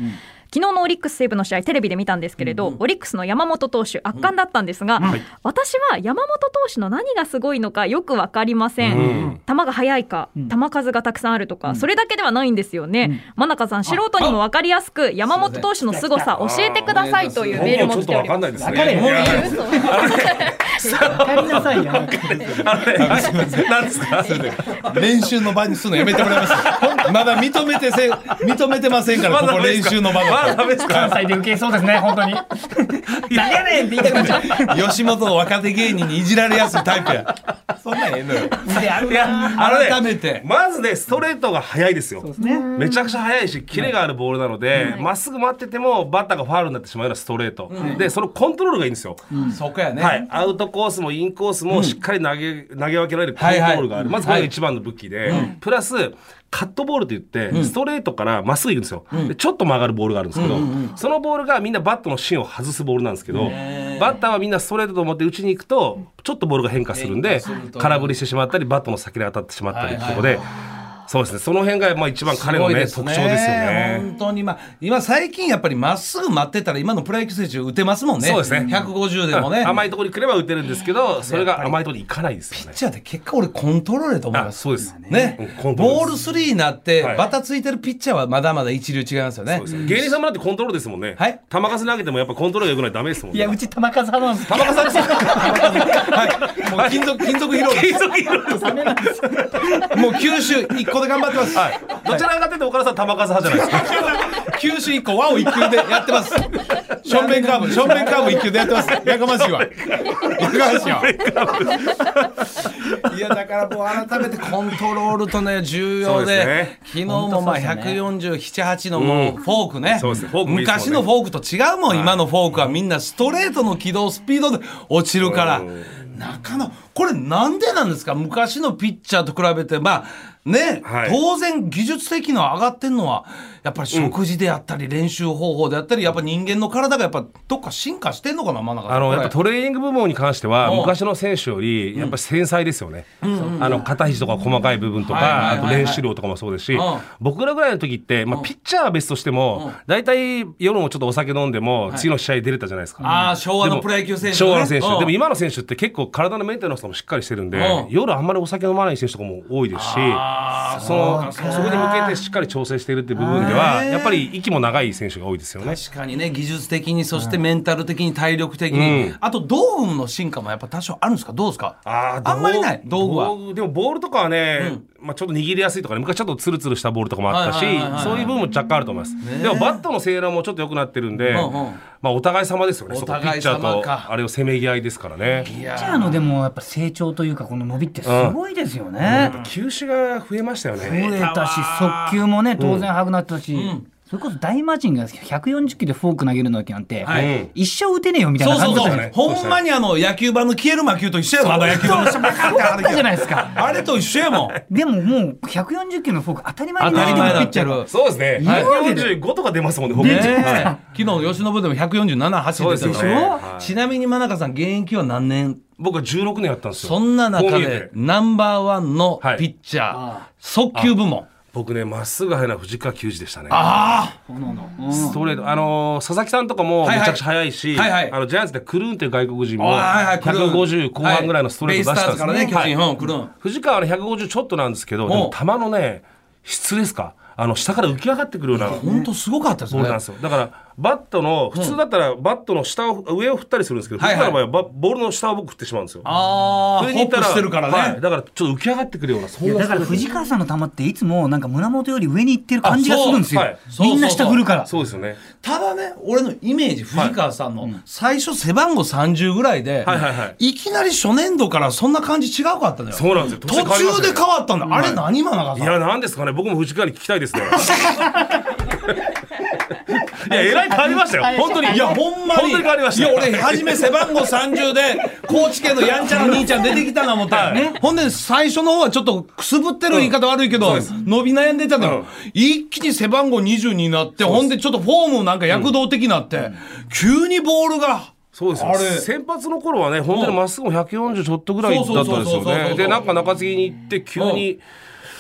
昨日のオリックス西武の試合テレビで見たんですけれど、うんうん、オリックスの山本投手圧巻だったんですが、うんはい、私は山本投手の何がすごいのかよく分かりません、うん、球が速いか、うん、球数がたくさんあるとか、うん、それだけではないんですよね、うん、真中さん素人にも分かりやすく山本投手の凄さ教えてくださいというメールも来ております。 分かれよ。分かりなさいよ。 何ですか。 練習の場にするのやめてもらいます。まだ認めてせ認めてませんから、ここ練習の場だ。 関西で受けそうですね、本当に。何やねんって言いたくなっちゃう。 吉本の若手芸人にいじられやすいタイプや。そんなんええのよ。 いや、 改めてまずね、ストレートが速いですよ。めちゃくちゃ速いし、キレがあるボールなので、まっすぐ待っててもバッターがファウルになってしまうようなストレート。で、そのコントロールがいいんですよ。 そこやね。 はい、アウトコースもインコースもしっかり投げ投げ分けられるコントロールがある。まずこれが一番の武器で、プラスカットボールといって、うん、ストレートからまっすぐいくんですよ、うん、でちょっと曲がるボールがあるんですけど、うんうんうん、そのボールがみんなバットの芯を外すボールなんですけど、バッターはみんなストレートと思って打ちに行くとちょっとボールが変化するんで空振りしてしまったりバットの先に当たってしまったりってとこで、はいはいはい、そうですね、その辺がまあ一番彼の、ね、特徴ですよね。 本当に、まあ、今最近やっぱりまっすぐ待ってたら今のプロ野球選手打てますもんね。 そうですね、 ひゃくごじゅうでもね、 甘いところに来れば打てるんですけど、それが甘いところに行かないですよね。 ピッチャーって結果俺コントロールだと思います。 そうですね、うん、ボールスリーになってバタついてるピッチャーはまだまだ一流違いますよね。 そうです。芸人さんもだってコントロールですもんね、はい、球数投げてもやっぱコントロールが良くないとダメですもんね。 いや、うち球数派なんです。 球数派ですはい、もう金属金属疲労です。 金属疲労です。ダメなんですよ。 もう九州一個で頑張ってます。はい、 どちらかというと岡田さん球数派じゃないですか。九州一個ワオ一球でやってます。正面カーブ正面カーブ一球でやってます。やかましいわ。やかましいわ。いやだからもう改めてコントロールとね重要で、ね、昨日もまあひゃくよんじゅうなな、はちのもうフォークね、うん、そうですね、フォークもいいですもんね。昔のフォークと違うもん、はい、今のフォークはみんなストレートの軌道スピードで落ちるから、なかなかこれなんでなんですか。昔のピッチャーと比べてまあね、はい、当然技術的の上がってんのはやっぱり食事であったり、うん、練習方法であったりやっぱ人間の体がやっぱどっか進化してんのかな。真ん中あのやっぱトレーニング部門に関しては昔の選手よりやっぱり繊細ですよね、うん、あの肩肘とか細かい部分とか、はいはいはいはい、あと練習量とかもそうですし、うん、僕らぐらいの時って、まあ、ピッチャーは別としても大体、うん、夜もちょっとお酒飲んでも次の試合出れたじゃないですか、 はい、 あ昭和のプロ野球選手、ね、 昭和の選手でも今の選手って結構体のメンテナンスもしっかりしてるんで夜あんまりお酒飲まない選手とかも多いですし、そのそこに向けてしっかり調整しているっていう部分ではやっぱり息も長い選手が多いですよね。 確かにね、技術的にそしてメンタル的に体力的に、うん、あと道具の進化もやっぱ多少あるんですか。どうですか。ああんまりない道具は。 でもボールとかはね、うんまあ、ちょっと握りやすいとかね、昔ちょっとツルツルしたボールとかもあったし、そういう部分も若干あると思います、ね、でもバットの性能もちょっと良くなってるんで、うんうんまあ、お互い様ですよね。そこピッチャーとあれをせめぎ合いですからね。 ピッチャーのでもやっぱ成長というかこの伸びってすごいですよね、 うん、球種が増えましたよね。 増えたし速球もね当然速くなったし、うんうんそれこそ大魔神がひゃくよんじゅっキロでフォーク投げるのなんて、はい、一生打てねえよみたいな感じだったじゃないですか。 ほんまにあの野球盤の消える魔球と一緒やもん。あの野球盤の下バカってあったじゃないですか。あれと一緒やもん。 でももうひゃくよんじゅっキロのフォーク当たり前になってるピッチャーが。 そうですね。ひゃくよんじゅうごとか出ますもんね。フォークね、 はい、昨日吉野部でもひゃくよんじゅうなな走ってたでしょ、ねはい、ちなみに真中さん現役は何年。 僕はじゅうろくねんやったんですよ。 そんな中でナンバーワンのピッチャー、はい、速球部門。 僕ねまっすぐ速いのは藤川球児でしたね。 ああストレート、あのー、佐々木さんとかもめちゃくちゃ速いし、はいはい、あのジャイアンツでクルーンっていう外国人もひゃくごじゅう後半ぐらいのストレート出したんですね、はい、ベイスターズからね、クルーン、藤川は、ね、ひゃくごじゅうちょっとなんですけどでも球のね質ですか、あの下から浮き上がってくるような本当すごかったですね。 なんですよ。だからバットの普通だったらバットの下を上を振ったりするんですけど、藤川の場合はボールの下を僕振ってしまうんですよ。 ああ、ホップしてるからね、 はい、だからちょっと浮き上がってくるような、そんなだから藤川さんの球っていつもなんか胸元より上に行ってる感じがするんですよ、はい、みんな下振るから。 そうですよね。 ただね俺のイメージ藤川さんの最初背番号さんじゅうぐらいで、はいはいはい、いきなり初年度からそんな感じ違うかったんだよ。 そうなんですよ。 途中で変わったんだ、うん、あれ何真中さん。 いや何ですかね、僕も藤川に聞きたいですねいやえらい変わりましたよ本当に。 いやほんまに本当に変わりました。 いや俺初め背番号さんじゅうで高知県のやんちゃな兄ちゃん出てきたな思ったよね、はい、ほんで最初の方はちょっとくすぶってる言い方悪いけど、うん、伸び悩んでたのよ、うん、一気に背番号にじゅうになってほんでちょっとフォームなんか躍動的になって、うん、急にボールがそうですよ。あれ先発の頃はね本当にまっすぐもひゃくよんじゅうちょっとぐらいだったんですよね。でなんか中継ぎに行って急に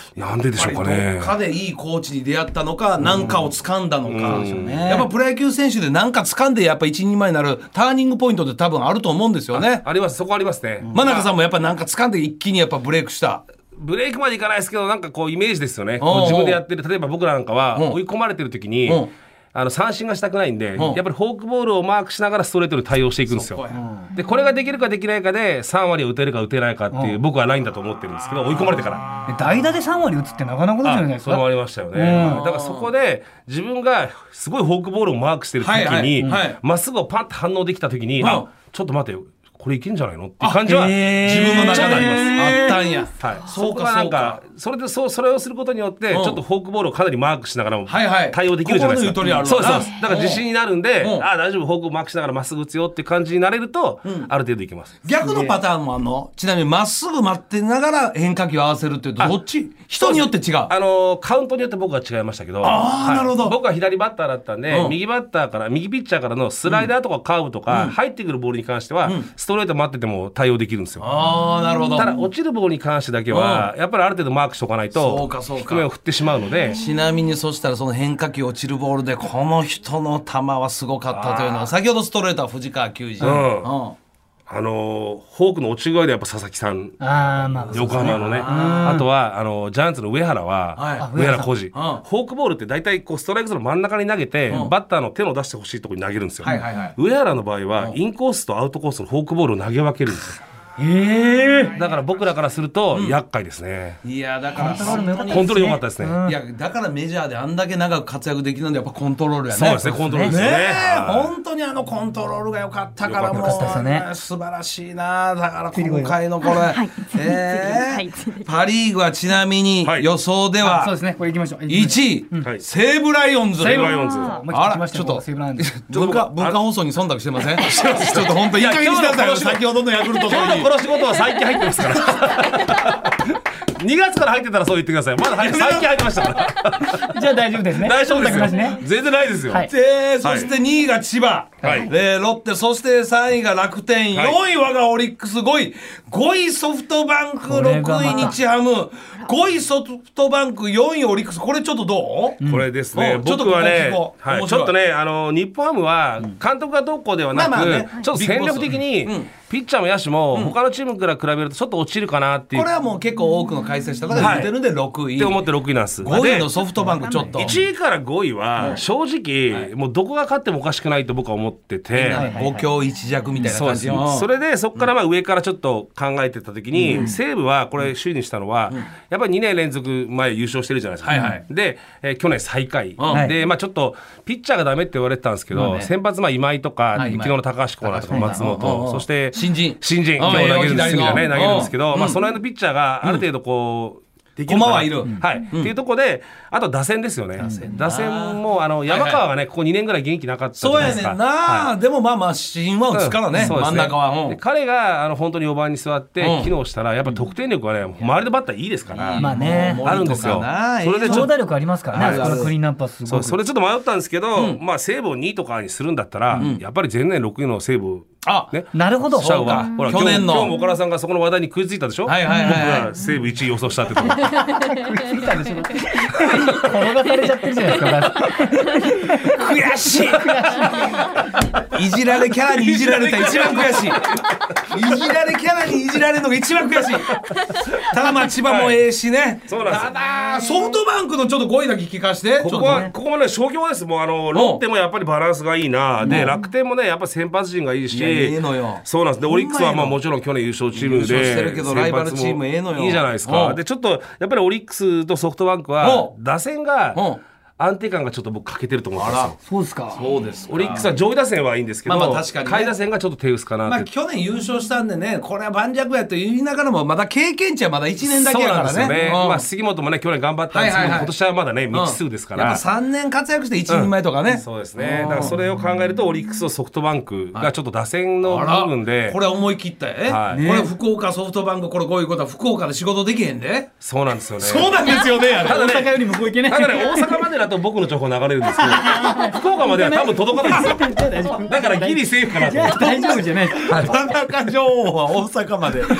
なんででしょうかね。 どっかでいいコーチに出会ったのか、何かを掴んだのか、やっぱプロ野球選手で何か掴んでやっぱ一人前になるターニングポイントって多分あると思うんですよね。 あ, あります、そこありますね。 真中さんもやっぱ何か掴んで一気にやっぱブレイクした。 ブレイクまでいかないですけど、なんかこうイメージですよね。こう自分でやってる、例えば僕らなんかは追い込まれてる時に、あの三振がしたくないんで、やっぱりフォークボールをマークしながらストレートに対応していくんですよ。でこれができるかできないかでさん割を打てるか打てないかっていう僕はラインだと思ってるんですけど、追い込まれてから代打でさん割打つってなかなかじゃないですか。 それもありましたよね。だからそこで自分がすごいフォークボールをマークしてる時にまっすぐをパンと反応できた時に、あ、ちょっと待てよ、これいけんじゃないのっていう感じは自分の中であります。 あったんや。 はい。そうかなんかそれでそうそれをすることによってちょっとフォークボールをかなりマークしながらも対応できるじゃないですか。そうそう。だから自信になるんで、ああ大丈夫、フォークをマークしながらまっすぐ打つよって感じになれるとある程度いけます。 逆のパターンもあんの？ちなみにまっすぐ待ってながら変化球を合わせるっていうとどっち？人によって違う。 あのカウントによって僕は違いましたけど。 ああなるほど。 僕は左バッターだったんで右バッターから右ピッチャーからのスライダーとかカーブとか入ってくるボールに関してはストレート待ってても対応できるんですよ。 ああなるほど。 ただ落ちるボールに関してだけはやっぱりある程度マークしとかないと低めを振ってしまうので。 ちなみにそしたらその変化球落ちるボールでこの人の球はすごかったというのは、先ほどストレートは藤川球児、うんうん、 あのフォークの落ち具合でやっぱ佐々木さん、 あ、まあ、 横浜のね、あ, あとはあのジャイアンツの上原は、はい、上原浩二、うん、フォークボールって大体こうストライクゾーンの真ん中に投げて、うん、バッターの手の出してほしいところに投げるんですよ、はいはいはい、上原の場合は、うん、インコースとアウトコースのフォークボールを投げ分けるんですよ。 えー、 だから僕らからすると厄介ですね、 うん、いやだからコントロールも良かったですね。 コントロール良かったですね、 うん、いやだからメジャーであんだけ長く活躍できるのでやっぱコントロールやね。 そうですね、コントロールですよね。ねえ、本当にあのコントロールが良かったからもう、ね、素晴らしいな。だから今回のこれ、はい、えー、パリーグはちなみに予想では、はい、 そうですね、これいきましょう。 いちい、うん、西武ライオンズ。 西武ライオンズ。 あらちょっと文化文化放送に忖度してません？ちょっと本当いい加減にしてくださいよ。先ほどのヤクルトとこの仕事は最近入ってますからにがつから入ってたらそう言ってください。まだ最近入ってましたからじゃあ大丈夫ですね。 大丈夫ですよ、ね、全然ないですよ、 はい、でそしてにいが千葉、はい、でロッテ、そしてさんいが楽天、はい、よんい我がオリックス、ごいごいソフトバンク、ろくい日ハム、ごいソフトバンク、よんいオリックス。これちょっとどう？ これですね、うん、僕はね、はい、ちょっとね、あの日本ハムは監督がどうこうではなく、まあまあね、ちょっと戦力的に、うん、ピッチャーも野手も他のチームから比べるとちょっと落ちるかなっていう、 これはもう結構多くの解説者が言ってるんでろくい、 って思ってろくいなんです。 ごいのソフトバンクちょっといちいからごいは正直もうどこが勝ってもおかしくないと僕は思ってて、 ご強いち弱みたいな感じ。 それでそこからまあ上からちょっと考えてた時に、西武はこれ首位にしたのはやっぱりにねん連続前優勝してるじゃないですか、はいはい、で、えー、去年最下位、うん、で、まあ、ちょっとピッチャーがダメって言われてたんですけど、ね、先発まあ今井とか、はい、昨日の高橋光成とか松本、そして新人新人今日投げるんですね、投げるんですけど、まあ、その辺のピッチャーがある程度こう、うん駒はいる、 はい、うん、っていうところで、あと打線ですよね。打線、打線もあの山川がね、ここにねんぐらい元気なかったじゃないですか。 そうやねんな、はい、でもまあまあ芯は打つからね、うん、真ん中は、 うん、で彼があの本当によばんに座って機能したら、やっぱ得点力はね、周りのバッターいいですから、 まあね、 あるんですよ。 それで長打力ありますからね、あそこのクリーンナップはすごい。 そう、それちょっと迷ったんですけど、うん、まあ西武をにいとかにするんだったら、うん、やっぱり前年ろくいの西武、 あ、ね、なるほど。 そうか。ほら去年の今日も岡田さんがそこの話題に食いついたでしょ。はいはいはい、はい、僕が西武いちい予想したってとこ。食いついたでしょ。転がされちゃってるじゃないですか。 悔しい。いじられキャラにいじられた一番悔しい。いじられキャラにいじられるのが一番悔しい。ただまあ千葉もええしね。はい、そうなんです。ただソフトバンクのちょっとごいだけ聞かして。 ここは、ね、ここもね小強です。もうあのロッテもやっぱりバランスがいいな。で楽天もねやっぱ先発陣がいいし。 いやええのよ。 そうなんです。でオリックスはまあもちろん去年優勝チームで優勝してるけどライバルチームええのよ。 いいじゃないですか。でちょっとやっぱりオリックスとソフトバンクは打線が安定感がちょっと僕欠けてると思うんですよ。 そうですか。 そうですか。 オリックスは上位打線はいいんですけど、まあまあ確かにね、下位打線がちょっと手薄かなって。 まあ去年優勝したんでね、これは盤石やと言いながらもまだ経験値はまだいちねんだけやからね。そうなんですよね。うん、まあ杉本もね去年頑張ったんですけど、はいはいはい、今年はまだね未知数ですから。 やっぱさんねん活躍して一人前とかね、 うん。そうですね。だからそれを考えるとオリックスとソフトバンクがちょっと打線の部分で、 これ思い切ったえ、はい、これ福岡ソフトバンクこれこういうことは福岡で仕事できへんで。 そうなんですよね。 そうなんですよね。 ただね大阪よりもこういけない。 ただね大阪までだと僕の情報流れるんですけど福岡までは多分届かないんですよ。だからギリセーフかなと思って。 大丈夫じゃないです。 田中女王は大阪まで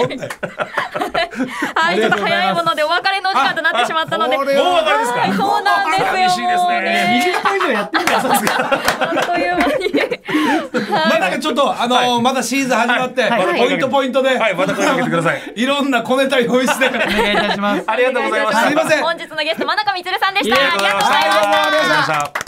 はい、ちょっと早いものでお別れの時間となってしまったので、もうお別れですか。 はい、そうなんですよ。 寂しいですね。 にじゅっぷん以上やってるからさすが。 あっという間に。 まあなんかちょっとあのーまたシーズン始まって、 はいまたポイントポイントで、 はい、また声かけてください。 いろんな小ネタ用意してお願いいたします。 ありがとうございました。 すいません。 本日のゲスト真中みつるさんでした。 ありがとうございました。 ありがとうございました。